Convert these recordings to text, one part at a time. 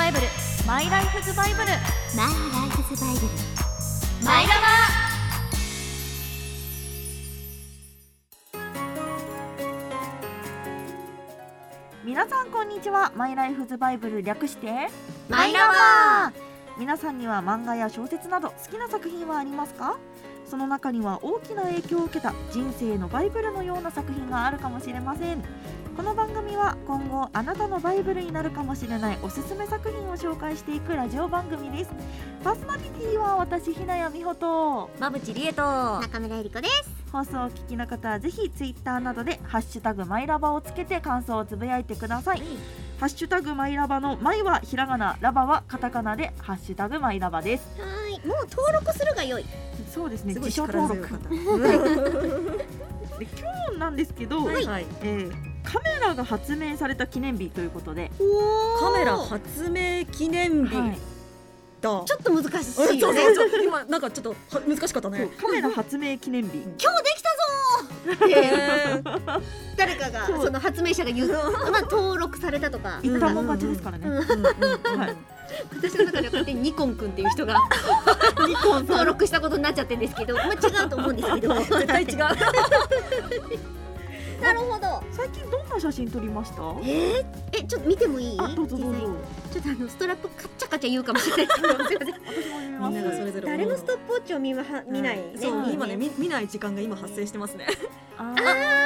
バイブル、マイライフズバイブル、 マイライフズバイブル、 マイラバ。皆さんこんにちは。マイライフズバイブル、略してマイラバ。 皆さんには漫画や小説など好きな作品はありますか？その中には大きな影響を受けた人生のバイブルのような作品があるかもしれません。この番組は今後あなたのバイブルになるかもしれないおすすめ作品を紹介していくラジオ番組です。パーソナリティは私、ひなやみほと馬淵理恵と中村えり子です。 放送を聞きの方はぜひツイッターなどでハッシュタグマイラバをつけて感想をつぶやいてください。ハッシュタグマイラバのマイはひらがな、ラバはカタカナでハッシュタグマイラバです。 はい、もう登録するが良い。 そうですね、 すごい自称登録で今日なんですけど、 はいカメラが発明された記念日ということで、 カメラ発明記念日、 はいだちょっと難しいよね。 そう今なんかちょっと難しかったね。 カメラ発明記念日今日できたぞーって誰かがその発明者が言う、まあ登録されたとか言ったもん勝ちですからね。はい、 私の中では勝手にニコンくんっていう人がニコン登録したことになっちゃってるんですけど、まあ違うと思うんですけど絶対違う。 なるほど。 最近どんな写真撮りました？ ちょっと見てもいい？ あ、どうぞどうぞ。 ちょっとストラップカッチャカチャ言うかもしれないけど、すいません。 私も見みます。 んながそれぞれ誰もストップウォッチを見ないね。 そう今ね見ない時間が今発生してますね。 あ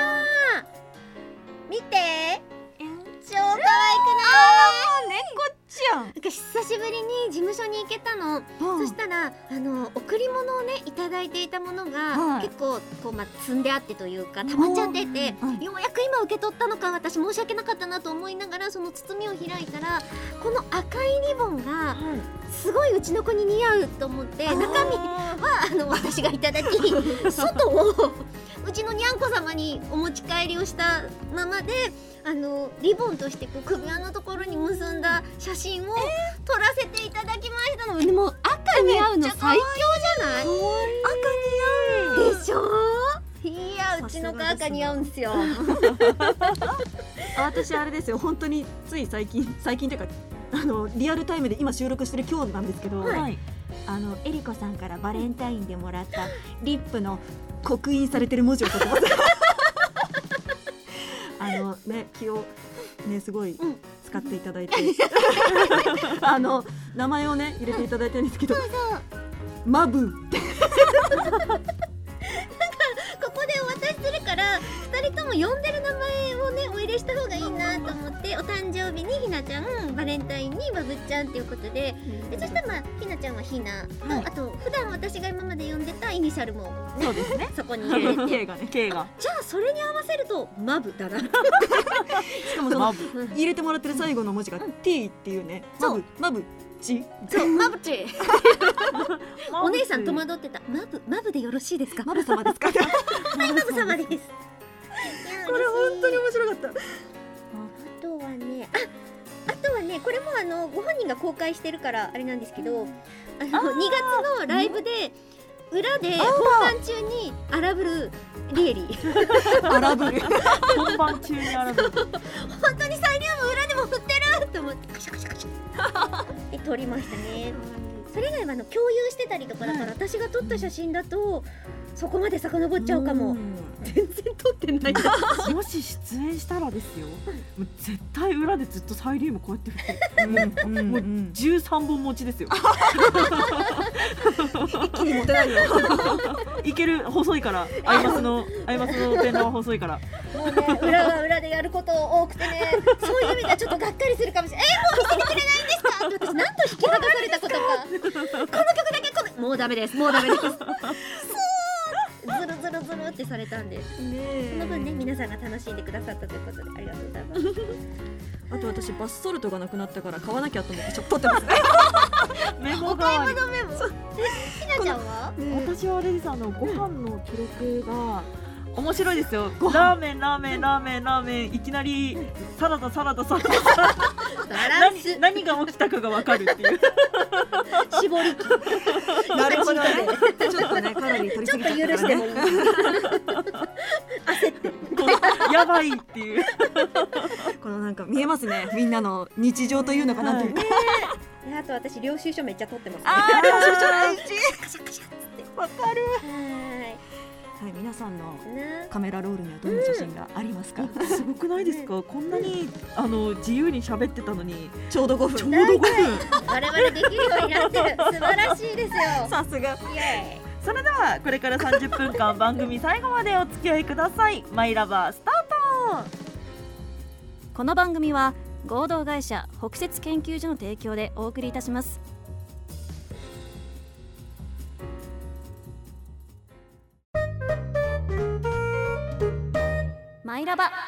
見て。超可愛くない？ 猫ちゃん。 なんか久しぶりに事務所に行けたの。そしたら贈り物をねいただいていたものが、 はい結構こう積んであってというか溜まっちゃってて、 はいようやく今受け取ったのか、私申し訳なかったなと思いながらその包みを開いたら、この赤いリボンがすごいうちの子に似合うと思って中身は私がいただき外をうちのにゃんこ様にお持ち帰りをしたままでリボンとしてこう首輪のところに結んだ写真を撮らせていただきましたので、もう赤似合うの最強じゃない？赤似合うでしょ？いや、うちの子赤似合うんですよ。 私あれですよ、本当につい最近というかリアルタイムで今収録してる今日なんですけど、 はいえりこさんからバレンタインでもらったリップの刻印されてる文字を書きます。気をねすごい使っていただいて、名前をね入れていただいてるんですけど、マブってここでお渡しするから2人とも呼んでる名前をねお入れした方がいいなと思って、お誕生日にひなちゃん、バレンタインにバブっちゃんっていうことで、そしたらひなちゃんはひなと、 はいあと普段私が今まで呼んでたイニシャルもそうですね。 そこに入れて K がね、 K がじゃあそれに合わせるとマブだな。 しかもそのマブ入れてもらってる最後の文字が T っていうね、マブチそうマブチお姉さん戸惑ってた。マブでよろしいですか？ マブ様ですか？ はい、マブ様です。 これ本当に面白かった。 あとはねこれもご本人が公開してるからあれなんですけど、2月のライブで裏で本番中に荒ぶるリエリ荒ぶる本番中に荒ぶる。 本当にサイリウム裏でも振ってると思ってカシャカシャカシャで撮りましたね。それ以外は共有してたりとかだから、私が撮った写真だとそこまで遡っちゃうかも。全然撮ってない。 もし出演したらですよ、もう絶対裏でずっとサイリウムこうやって振ってる。もう13本持ちですよ。 一気に持てないよ。 いける、細いからアイマスのペンダは細いから。 もうね裏は裏でやること多くてね、そういう意味ではちょっとがっかりするかもしれない。もう見せてくれないんですかって私何度引き剥がされたことか。この曲だけもうダメです。もうダメです。ずるってされたんで、その分ね皆さんが楽しんでくださったということでありがとうございます。 あと私バスソルトがなくなったから買わなきゃと思って撮ってますね。 メモお買い代わり。 物メモ。ひなちゃんは？ 私はあれです、ご飯の記録が面白いですよ。ラーメンいきなりサラダ何が起きたかが分かるっていう。 絞り器。 なるほどね。ちょっとねカロリー取りちょっとすぎちゃったからね。 許してもいい。焦って。 やばいっていう。 ここのなんか見えますね、みんなの日常というのかなんていうか、 あと私領収書めっちゃ取ってますね。 領収書大事。 カシャカシャってわかる。 ははい、皆さんのいな。 カメラロールにはどんな写真がありますか？ すごくないですか？こんなに自由に喋ってたのにちょうど5分。 ちょうど5分。 我々できるようになってる。素晴らしいですよ。 さすが。 イエそれではこれから30分間番組最後までお付き合いください。マイラバースタート。 この番組は合同会社北雪研究所の提供でお送りいたします。マイラバ。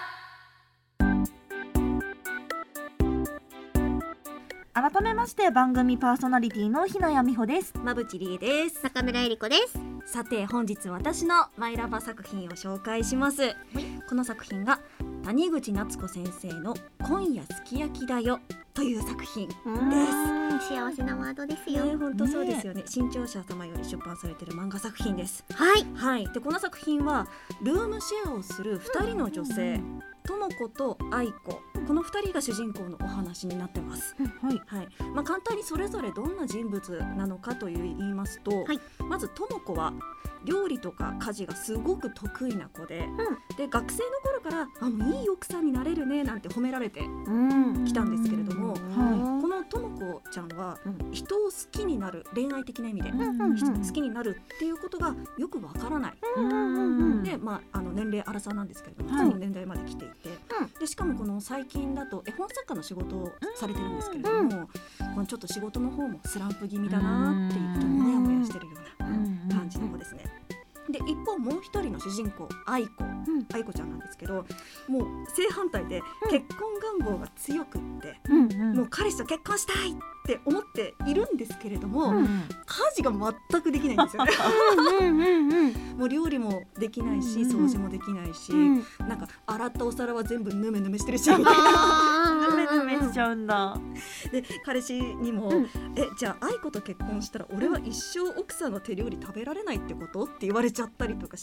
改めまして番組パーソナリティのひなやみほです。 馬淵理恵です。 中村えり子です。 さて本日私のマイラバ作品を紹介します。この作品が谷口夏子先生の今夜すき焼きだよという作品です。 幸せなワードですよ。 本当そうですよね。新潮社様より出版されている漫画作品です。 はいはい。でこの作品はルームシェアをする2人の女性、とも子と愛子、この2人が主人公のお話になってます。 はい。 はい。簡単にそれぞれどんな人物なのかと言いますと、 はいまずとも子は料理とか家事がすごく得意な子で、で学生の頃からもういい奥さんになれるねなんて褒められてきたんですけれども、このとも子ちゃんは人を好きになる、恋愛的な意味で、好きになるっていうことがよくわからない。で、年齢アラサーなんですけれども、その年代まで来ていて、でしかもこの最近だと絵本作家の仕事をされてるんですけれども、このちょっと仕事の方もスランプ気味だなっていうことにモヤモヤしてるような感じの子ですね。で一方もう一人の主人公愛子ちゃんなんですけど、もう正反対で結婚願望が強くって、もう彼氏と結婚したいって思っているんですけれども、家事が全くできないんですよね。もう料理もできないし、掃除もできないし、なんか洗ったお皿は全部ヌメヌメしてるしみたいな。 ヌメヌメしちゃうんだ。 で彼氏にも、じゃあ愛子と結婚したら俺は一生奥さんの手料理食べられないってことって言われちゃったりとかして、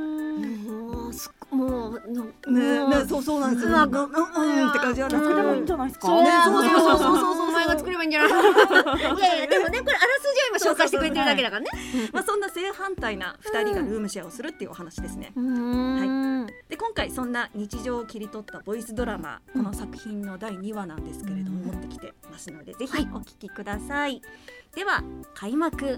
もうそうなんですよ。って感じなんですけど、 作ればいいんじゃないですか。 そうお前が作ればいいんじゃない。いやいやでもね、これあらすじを今紹介してくれてるだけだからね。 そんな正反対な2人がルームシェアをするっていうお話ですね。はい。で今回そんな日常を切り取ったボイスドラマ、この作品の第2話なんですけれども、持ってきてますのでぜひお聞きください。では開幕。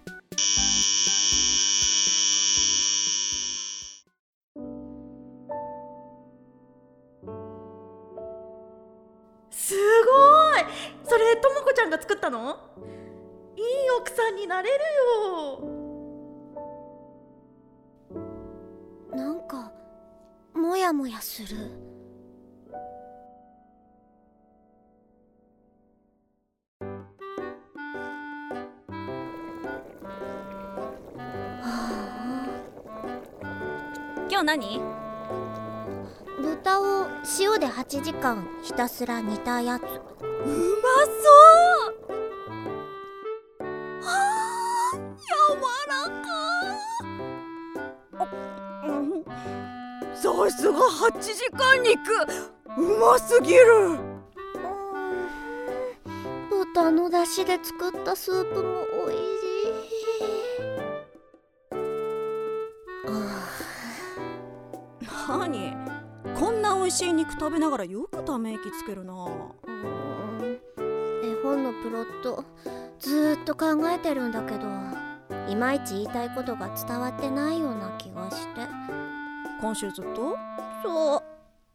すごい。それともこちゃんが作ったの？いい奥さんになれるよ。 なんかモヤモヤする。 今日何？ 豚を塩で8時間ひたすら煮たやつ。 うまそう。柔らか。さすが8時間肉、うますぎる。 豚の出汁で作ったスープもおいしい。 何、こんな美味しい肉食べながらよくため息つけるな。 絵本のプロットずっと考えてるんだけど、いまいち言いたいことが伝わってないような気がして。 今週ずっと？ そう。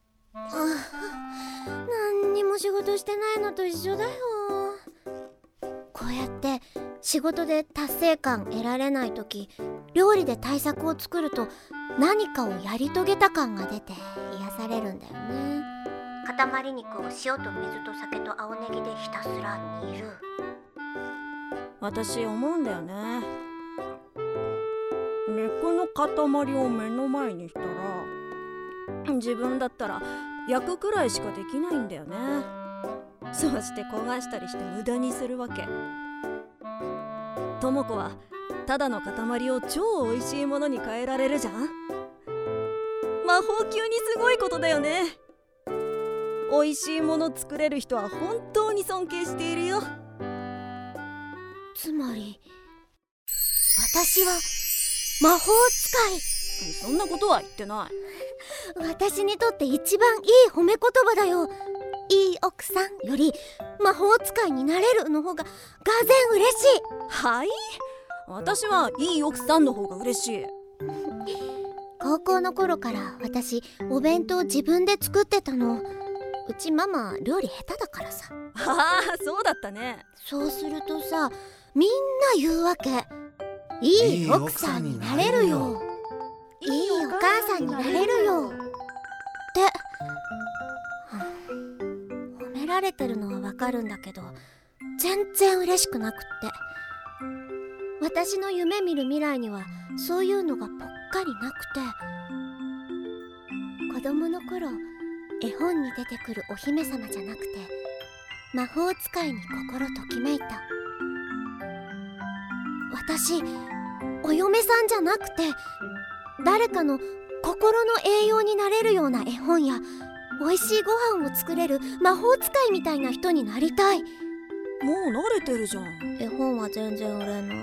何にも仕事してないのと一緒だよ。こうやって仕事で達成感得られないとき、料理で対策を作ると何かをやり遂げた感が出て癒されるんだよね。塊肉を塩と水と酒と青ネギでひたすら煮る。 私思うんだよね。肉の塊を目の前にしたら、自分だったら焼くくらいしかできないんだよね。そうして焦がしたりして無駄にするわけ。とも子はただの塊を超美味しいものに変えられるじゃん。魔法級にすごいことだよね。 美味しいもの作れる人は本当に尊敬しているよ。 つまり私は魔法使い。 そんなことは言ってない。 私にとって一番いい褒め言葉だよ。いい奥さんより魔法使いになれるの方ががぜん嬉しい。 はい、私はいい奥さんの方が嬉しい。 高校の頃から私お弁当自分で作ってたの。うちママ料理下手だからさ。 ああ、そうだったね。 そうするとさ、みんな言うわけ。いい奥さんになれるよ、いいお母さんになれるよって褒められてるのはわかるんだけど、全然嬉しくなくって。私の夢見る未来にはそういうのがぽっかりなくて、子供の頃絵本に出てくるお姫様じゃなくて魔法使いに心ときめいた。私お嫁さんじゃなくて誰かの心の栄養になれるような絵本や美味しいご飯を作れる魔法使いみたいな人になりたい。 もう慣れてるじゃん。 絵本は全然売れない。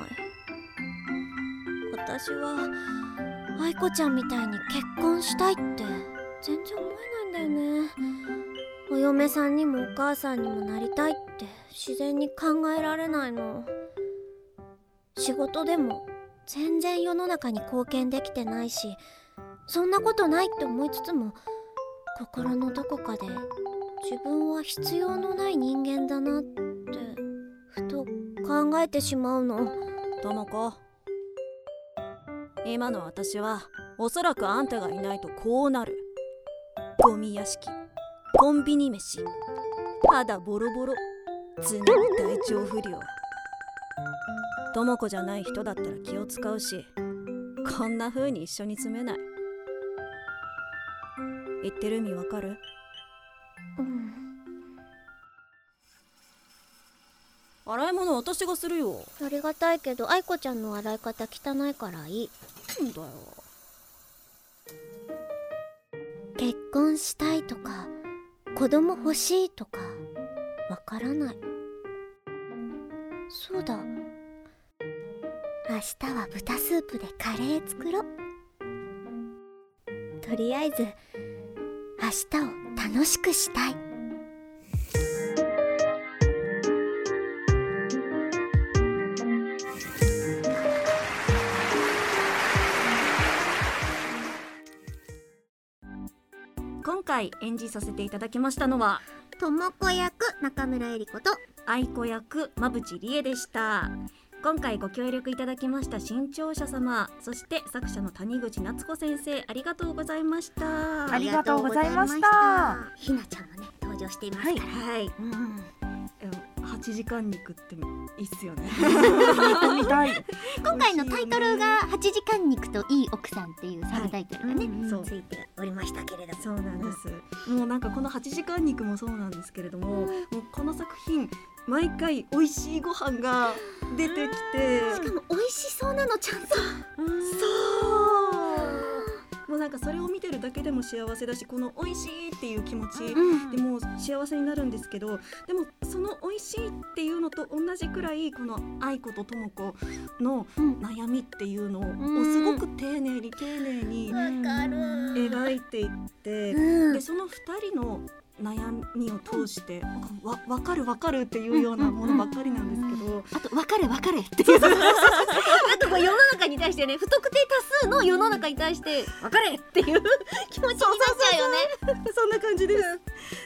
私は愛子ちゃんみたいに結婚したいって全然思えないんだよね。お嫁さんにもお母さんにもなりたいって自然に考えられないの。仕事でも全然世の中に貢献できてないし、そんなことないって思いつつも心のどこかで自分は必要のない人間だなってふと考えてしまうの。 ともこ、今の私はおそらくあんたがいないとこうなる。ゴミ屋敷、コンビニ飯、肌ボロボロ、常に体調不良。ともこじゃない人だったら気を使うし、こんな風に一緒に住めない。言ってる意味わかる？洗い物私がするよ。 ありがたいけど愛子ちゃんの洗い方汚いからいい。 なんだよ。 結婚したいとか子供欲しいとかわからない。そうだ、明日は豚スープでカレー作ろう。とりあえず明日を楽しくしたい。 今回演じさせていただきましたのはともこ役中村えり子と愛子役馬淵理恵でした。今回ご協力いただきました新潮社様、そして作者の谷口夏子先生、ありがとうございました。 ありがとうございました。 ひなちゃんもね登場していますから、 はい、8時間肉っていいっすよね。 見たい。 今回のタイトルが8時間肉といい奥さんっていうサブタイトルがね、 そうついておりましたけれども、 そうなんです、もうなんかこの8時間肉もそうなんですけれども、もうこの作品毎回美味しいご飯が出てきて、 しかも美味しそうなのちゃんと、 もうなんかそれを見てるだけでも幸せだし、この美味しいっていう気持ちでもう幸せになるんですけど、でもその美味しいっていうのと同じくらいこの愛子と智子の悩みっていうのをすごく丁寧に描いていって、でその2人の悩みを通してわかるっていうようなものばっかりなんですけど、 あとわかれっていうなんかこう世の中に対してね、不特定多数の世の中に対してわかれっていう気持ちになっちゃうよね。 そんな感じです、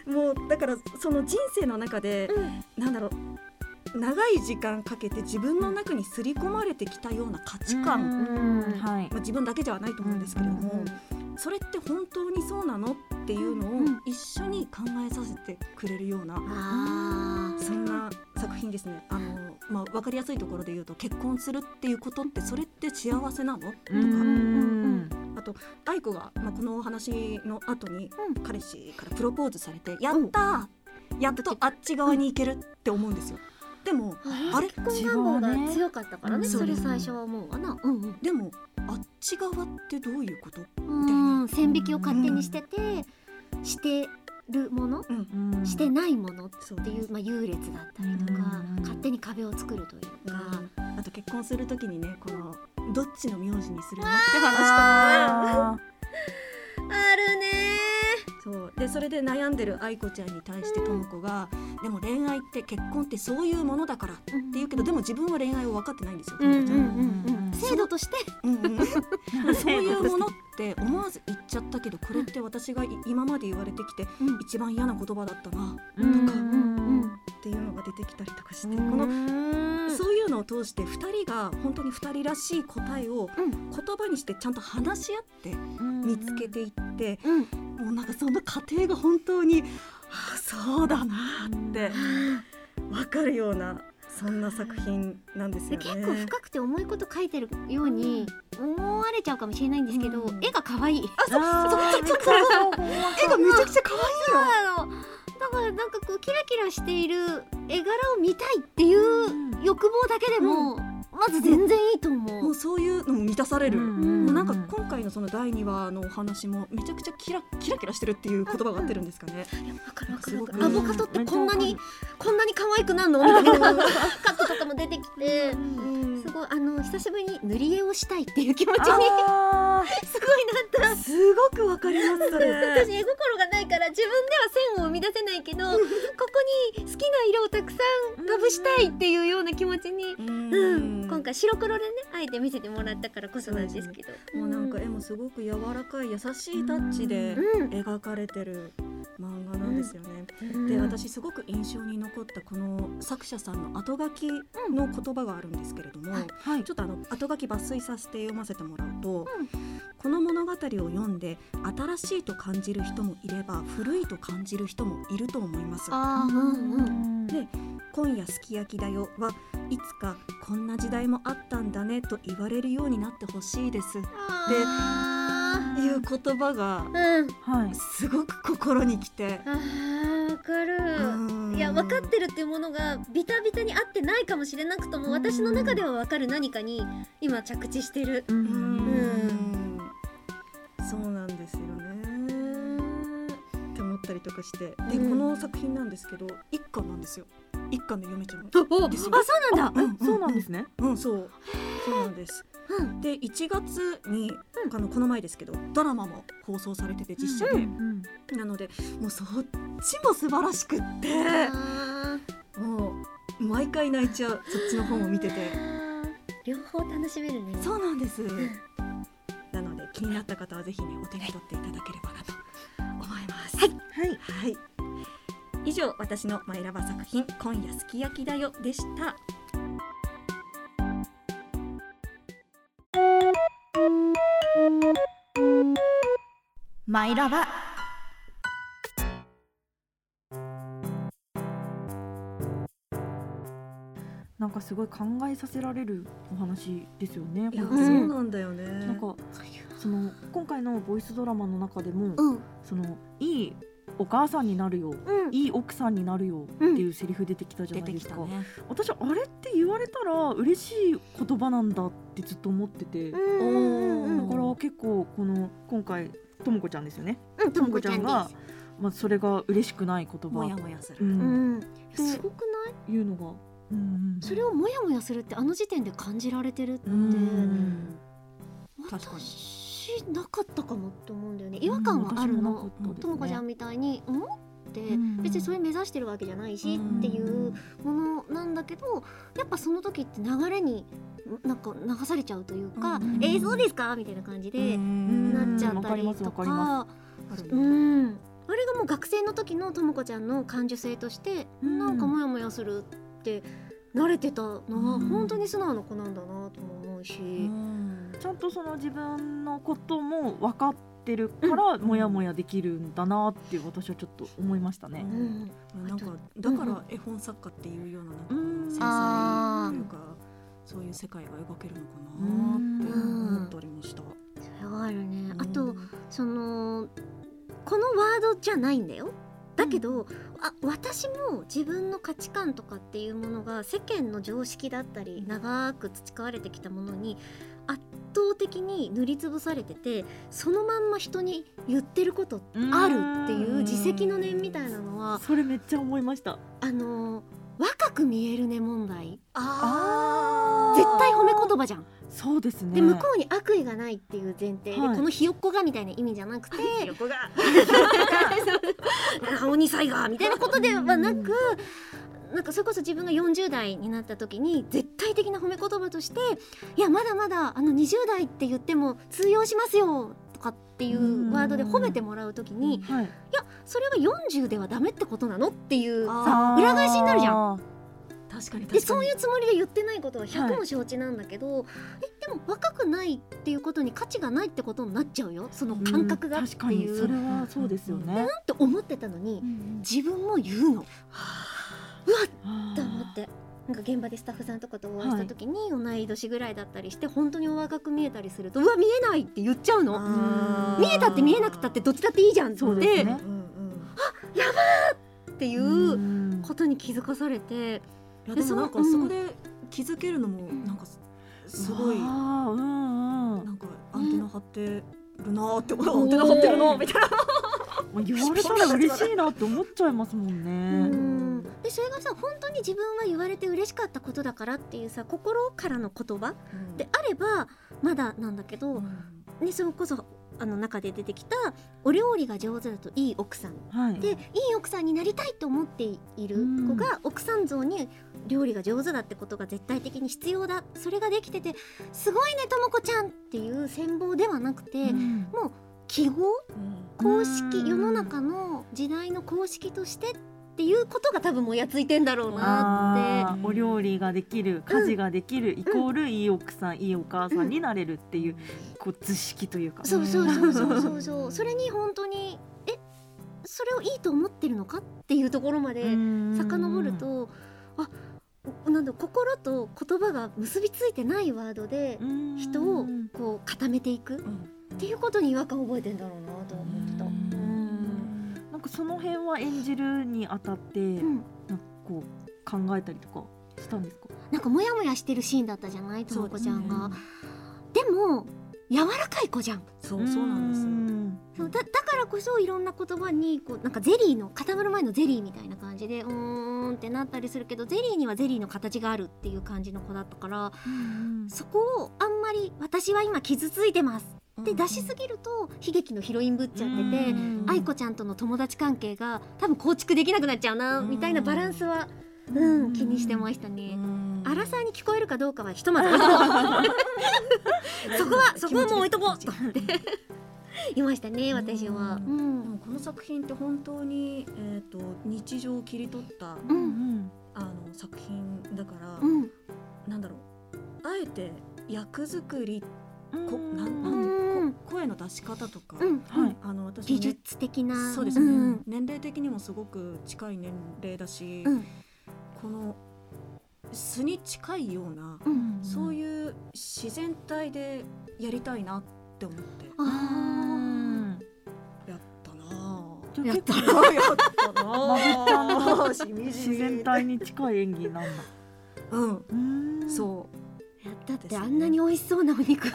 もうだからその人生の中で、なんだろう、長い時間かけて自分の中に刷り込まれてきたような価値観、自分だけではないと思うんですけれども、それって本当にそうなのっていうのを一緒に考えさせてくれるような、そんな作品ですね。分かりやすいところで言うと、結婚するっていうことってそれって幸せなのとか、あと愛子が、このお話の後に彼氏からプロポーズされて、やったー、やっとあっち側に行けるって思うんですよ。でもあれ結婚願望が強かったからね、それ最初は思うわな。 でもあっち側ってどういうこと？ 線引きを勝手にしてて、してるもの、してないものっていう、優劣だったりとか、勝手に壁を作るというか、 あと結婚するときにね、このどっちの名字にするのって話とかあるね。 そうで、それで悩んでる愛子ちゃんに対してとも子が、でも恋愛って結婚ってそういうものだからって言うけど、でも自分は恋愛を分かってないんですよ、とも子ちゃん。 制度として、 そういうものって思わず言っちゃったけど、これって私が今まで言われてきて一番嫌な言葉だったなとかっていうのが出てきたりとかして、このそういうのを通して2人が本当に2人らしい答えを言葉にしてちゃんと話し合って見つけていって、もうなんかその過程が本当にそうだなって分かるような、そんな作品なんですよね。 結構深くて重いこと書いてるように思われちゃうかもしれないんですけど、絵が可愛い。絵がめちゃくちゃ可愛いよ。だからなんかこうキラキラしている絵柄を見たいっていう欲望だけでもまず全然いいと思う。 もうそういうのも満たされる。もうなんか今回のその第2話のお話もめちゃくちゃキラキラしてるっていう言葉が合ってるんですかね。 わかる。アボカドってこんなに可愛くなるのみたいなカットとかも出てきて、すごい久しぶりに塗り絵をしたいっていう気持ちにすごいなった。 すごくわかりますそれ。 私絵心がないから自分では線を生み出せないけど、ここに好きな色をたくさんまぶしたいっていうような気持ちに、今回白黒でねあえて見せてもらったからこそなんですけど、 もうなんか絵もすごく柔らかい優しいタッチで描かれてる漫画なんですよね。で、私すごく印象に残ったこの作者さんの後書きの言葉があるんですけれども、ちょっと後書き抜粋させて読ませてもらうと、この物語を読んで新しいと感じる人もいれば古いと感じる人もいると思います。で、今夜すき焼きだよはいつかこんな時代もあったんだねと言われるようになってほしいですっていう言葉がすごく心にきて、 わかる。いや、分かってるっていうものがビタビタに合ってないかもしれなくとも、私の中では分かる何かに今着地してる。 そうなんですよねって思ったりとかして、で、この作品なんですけど一巻なんですよ。一巻で読めちゃうんですよ。 そうなんだ。 そうなんですね。 そうなんです。で、1月にこの前ですけどドラマも放送されてて、実写で、なのでもうそっちも素晴らしくって、もう毎回泣いちゃう、そっちの方も見てて両方楽しめるね。 そうなんです。なので気になった方はぜひねお手に取っていただければなと思います。はい。以上、私のマイラバ作品今夜すき焼きだよでした。 マイラバ。なんかすごい考えさせられるお話ですよね。 いや、そうなんだよね。 なんかその今回のボイスドラマの中でも、そのいいお母さんになるよ、いい奥さんになるよっていうセリフ出てきたじゃないですか。私あれって言われたら嬉しい言葉なんだってずっと思ってて、だから結構今回ともこちゃんですよね。ともこちゃんがそれが嬉しくない言葉、 もやもやする、 すごくないいうのが、 それをもやもやするってあの時点で感じられてるって、 確かになかったかもって思うんだよね。違和感はあるの。ともこちゃんみたいにって別にそれ目指してるわけじゃないしっていうものなんだけど、やっぱその時って流れになんか流されちゃうというか、そうですかみたいな感じでなっちゃったりとか、あれがもう学生の時のともこちゃんの感受性としてなんかモヤモヤするって慣れてたのは本当に素直な子なんだなとも思うし、 ちゃんとその自分のことも分かってるからモヤモヤできるんだなって私はちょっと思いましたね。 なんかだから絵本作家っていうような繊細というかそういう世界が描けるのかなって思ったりもした。 それはあるね。あとこのワードじゃないんだよ。だけど私も自分の価値観とかっていうものが世間の常識だったり長く培われてきたものに圧倒的に塗りつぶされてて、そのまんま人に言ってることあるっていう自責の念みたいなのはそれめっちゃ思いました。 若く見えるね問題。絶絶対褒め言葉じゃん。 そうですね。 で向こうに悪意がないっていう前提で、 はいこのひよっこがみたいな意味じゃなくて横が鬼才がみたいなことではなく、なんかそれこそ自分が40代になった時に絶対的な褒め言葉として、いやまだまだ20代って言っても通用しますよとかっていうワードで褒めてもらう時に、いはい、 やそれは40ではダメってことなのっていうさ裏返しになるじゃん。 ん。 確かにでそういうつもりで言ってないことは100も承知なんだけど、でも若くないっていうことに価値がないってことになっちゃうよ、その感覚がって確かにいうそれはそうですよね。 って思ってたのに、自分も言うのと思って、なんか現場でスタッフさんとかとお会いした時に同い年ぐらいだったりして本当にお若く見えたりすると、うわ見えないって言っちゃうの。見えたって見えなくたってどっちだっていいじゃんってそうですね。 っていうことに気づかされて、 いやでもなんかそこで気づけるのもなんかすごいなんかアンテナ張ってるなーって思う。アンテナ張ってるなーみたいな。 もう言われたら嬉しいなって思っちゃいますもんね。 でそれがさ本当に自分は言われて嬉しかったことだからっていうさ心からの言葉であればまだなんだけど、ね、それこそ中で出てきたお料理が上手だといい奥さん、 はい、 でいい奥さんになりたいと思っている子が奥さん像に料理が上手だってことが絶対的に必要だ、それができててすごいねともこちゃんっていう羨望ではなくて、もう記号、公式、世の中の時代の公式としてっていうことが多分もやついてんだろうなって。 お料理ができる、家事ができる、イコールいい奥さん、いいお母さんになれるっていう、こう図式というか、 そうそれに本当にそれをいいと思ってるのかっていうところまで遡ると、なんだ心と言葉が結びついてないワードで人をこう固めていくっていうことに違和感を覚えてんだろうなと思ってた。 なんかその辺は演じるにあたって、なんかこう考えたりとかしたんですか？ なんかモヤモヤしてるシーンだったじゃない、ともこちゃんが。でも柔らかい子じゃん。 そうなんです。 だからこそいろんな言葉にこうなんかゼリーの固まる前のゼリーみたいな感じでってなったりするけど、ゼリーにはゼリーの形があるっていう感じの子だったから、そこをあんまり私は今傷ついてますって出しすぎると悲劇のヒロインぶっちゃってて、愛子ちゃんとの友達関係が多分構築できなくなっちゃうなみたいなバランスは気にしてましたね。アラサーに聞こえるかどうかはひとまず置いとこうそこはもう置いとこうと思っていましたね、私は。でもこの作品って本当に、日常を切り取った、作品だから、なんだろう、あえて役作り、声の出し方とか、私技術的な、 そうですね、年齢的にもすごく近い年齢だし、この素に近いような、そういう自然体でやりたいなって思ってやったな。 やったな。まぶちゃんの自然体に近い演技なんだ。 そうだってあんなに美味しそうなお肉、美味しいじ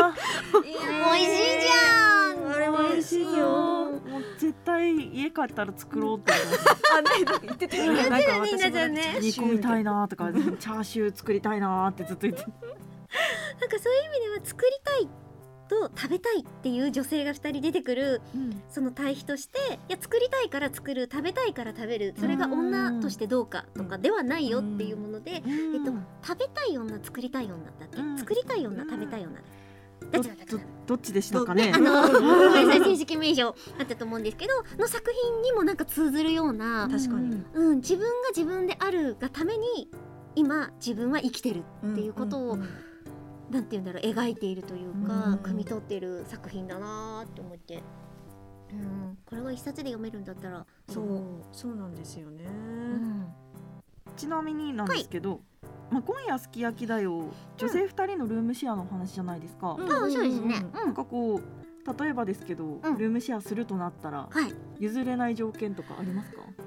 ゃん。 あれは美味しいよ。もう絶対家帰ったら作ろうって言ってて、 なんか私も煮込みたいなとか、チャーシュー作りたいなってずっと言って。 なんかそういう意味では作りたいと食べたいっていう女性が2人出てくる、その対比として、いや作りたいから作る、食べたいから食べる、それが女としてどうかとかではないよっていうもので、食べたい女、作りたい女だっけ、作りたい女、食べたい女だどっちでしたかね。 正式名称あったと思うんですけど、の作品にもなんか通ずるような、 確かに、 自分が自分であるがために今自分は生きてるっていうことを、なんていうんだろう、描いているというか、汲み取っている作品だなって思って、これは一冊で読めるんだったら、 そうなんですよね。 ちなみになんですけど、今夜すき焼きだよ、女性2人のルームシェアの話じゃないですか。 そうですね。 なんかこう例えばですけど、ルームシェアするとなったら譲れない条件とかありますか？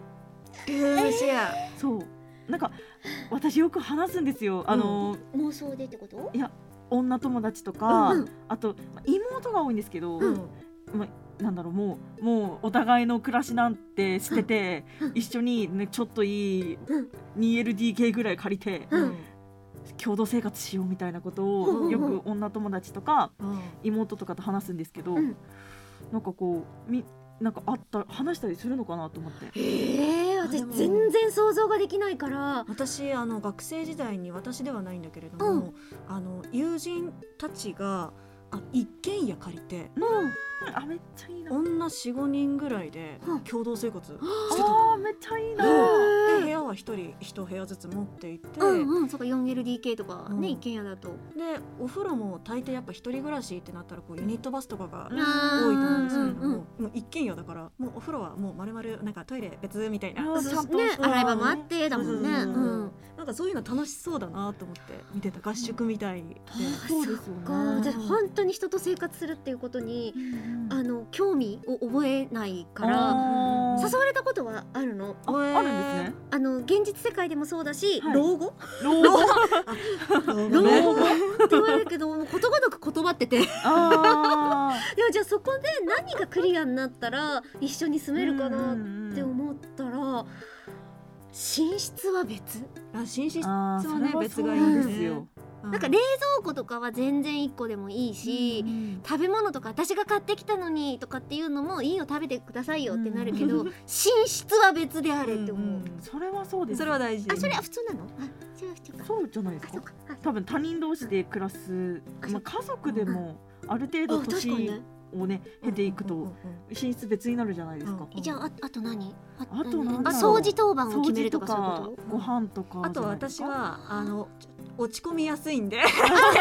ルームシェア。 そうなんか私よく話すんですよ。 妄想でってこと？ いや女友達とか、 うんうん、 あと妹が多いんですけど、 うんなんだろうもうお互いの暮らしなんて捨てて、一緒にねちょっといい 2LDK ぐらい借りて、共同生活しようみたいなことをよく女友達とか妹とかと話すんですけど、なんかこうなんか話したりするのかなと思って。 私全然想像ができないから。 私学生時代に、私ではないんだけれども、友人たちが一軒家借りて、 めっちゃいいな。 女 4,5 人ぐらいで共同生活してたの。めっちゃいいな。 で部屋は1部屋ずつ持っていて、 そうか 4LDK とかね、一軒家だと。 でお風呂も大抵やっぱ一人暮らしってなったらこうユニットバスとかが多いと思うんですけれども、もう一軒家だからもうお風呂はもう丸々なんかトイレ別みたいな、 洗い場もあってだもんね。 なんかそういうの楽しそうだなと思って見てた。合宿みたいで。 そうですよね。 私本当に人と生活するっていうことに興味を覚えないから誘われたことはあるの。 あるんですね。 現実世界でもそうだし、老後って言われるけどもうことごとく断っててでもじゃあそこで何がクリアになったら一緒に住めるかなって思ったら、寝室は別。 寝室はね別がいいんですよ。 なんか冷蔵庫とかは全然1個でもいいし、食べ物とか私が買ってきたのにとかっていうのもいいよ、食べてくださいよってなるけど、寝室は別であれって思う。 それはそうです。 それは大事。 それは普通なの？ そうじゃないですか。多分他人同士で暮らす、家族でもある程度年をね経ていくと寝室別になるじゃないですか。 じゃああと何？ 掃除当番を決めるとかそういうこと？ ご飯とか。 あと私は落ち込みやすいんで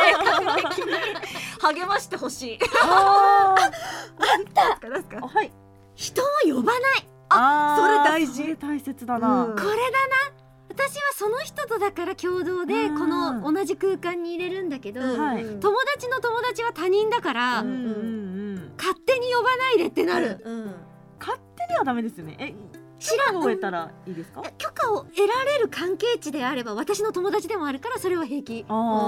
励ましてほしい。 あったはい。 人を呼ばない。 それ大事。 それ大切だな。 これだな。私はその人とだから共同でこの同じ空間に入れるんだけど、友達の友達は他人だから勝手に呼ばないでってなる。 勝手にはダメですよね。許可を得たらいいですか？ 許可を得られる関係値であれば私の友達でもあるからそれは平気。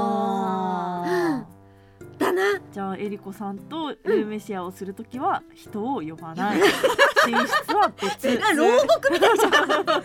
だな。 じゃあえりこさんとルームシェアをするときは人を呼ばない。寝室は別。 牢獄みたいじゃん。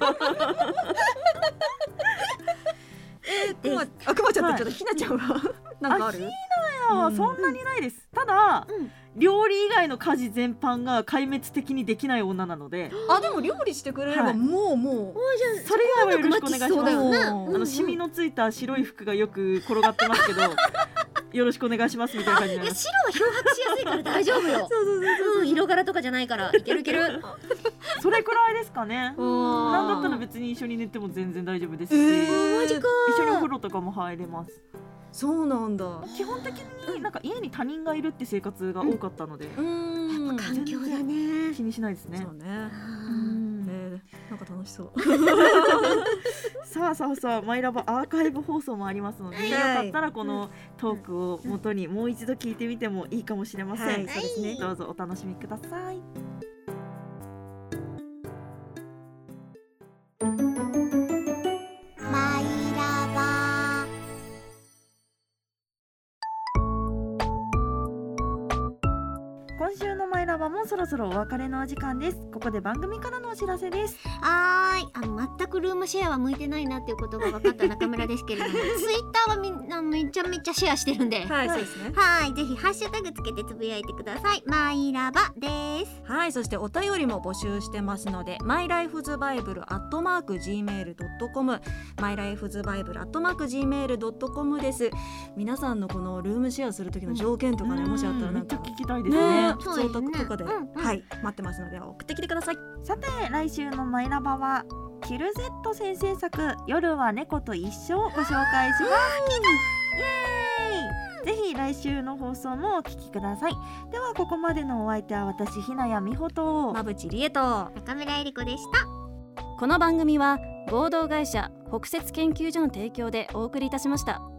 くまちゃんってちょっとひなちゃんはなんかある？ ひなはそんなにないです。ただ料理以外の家事全般が壊滅的にできない女なので。 でも料理してくれればもうそれ以外はよろしくお願いします。シミのついた白い服がよく転がってますけどよろしくお願願いしますみたいな感じになります。 白は漂白しやすいから大丈夫よ。色柄とかじゃないからいけるいける。 それくらいですかね。なんだったら別に一緒に寝ても全然大丈夫ですし、 マジか。 一緒にお風呂とかも入れます。 そうなんだ。 基本的になんか家に他人がいるって生活が多かったので、 やっぱ環境だね。 気にしないですね。 そうね。なんか楽しそう。 さあマイラボアーカイブ放送もありますので、よかったらこのトークを元にもう一度聞いてみてもいいかもしれません。そうですね。どうぞお楽しみください。 マイラバ。 今週のマイラバもそろそろお別れのお時間です。ここで番組からのお知らせです。 全くルームシェアは向いてないなっていうことが分かった中村ですけれどもツイッターはみんなめちゃめちゃシェアしてるんで、 はい、そうですね。 はい、ぜひハッシュタグつけてつぶやいてください。マイラバです。 はい、そしてお便りも募集してますので、mylifesbible@gmail.com、mylifesbible@gmail.com です。皆さんのこのルームシェアする時の条件とかね、もしあったらなんかめっちゃ聞きたいですね。 普通とかで、はい、待ってますので送ってきてください。 さて来週のマイラバはキルゼット先生作夜は猫と一緒をご紹介します。イエーイ。ぜひ来週の放送もお聞きください。ではここまでのお相手は私ひなやみほと馬淵理恵と中村えり子でした。 この番組は合同会社北雪研究所の提供でお送りいたしました。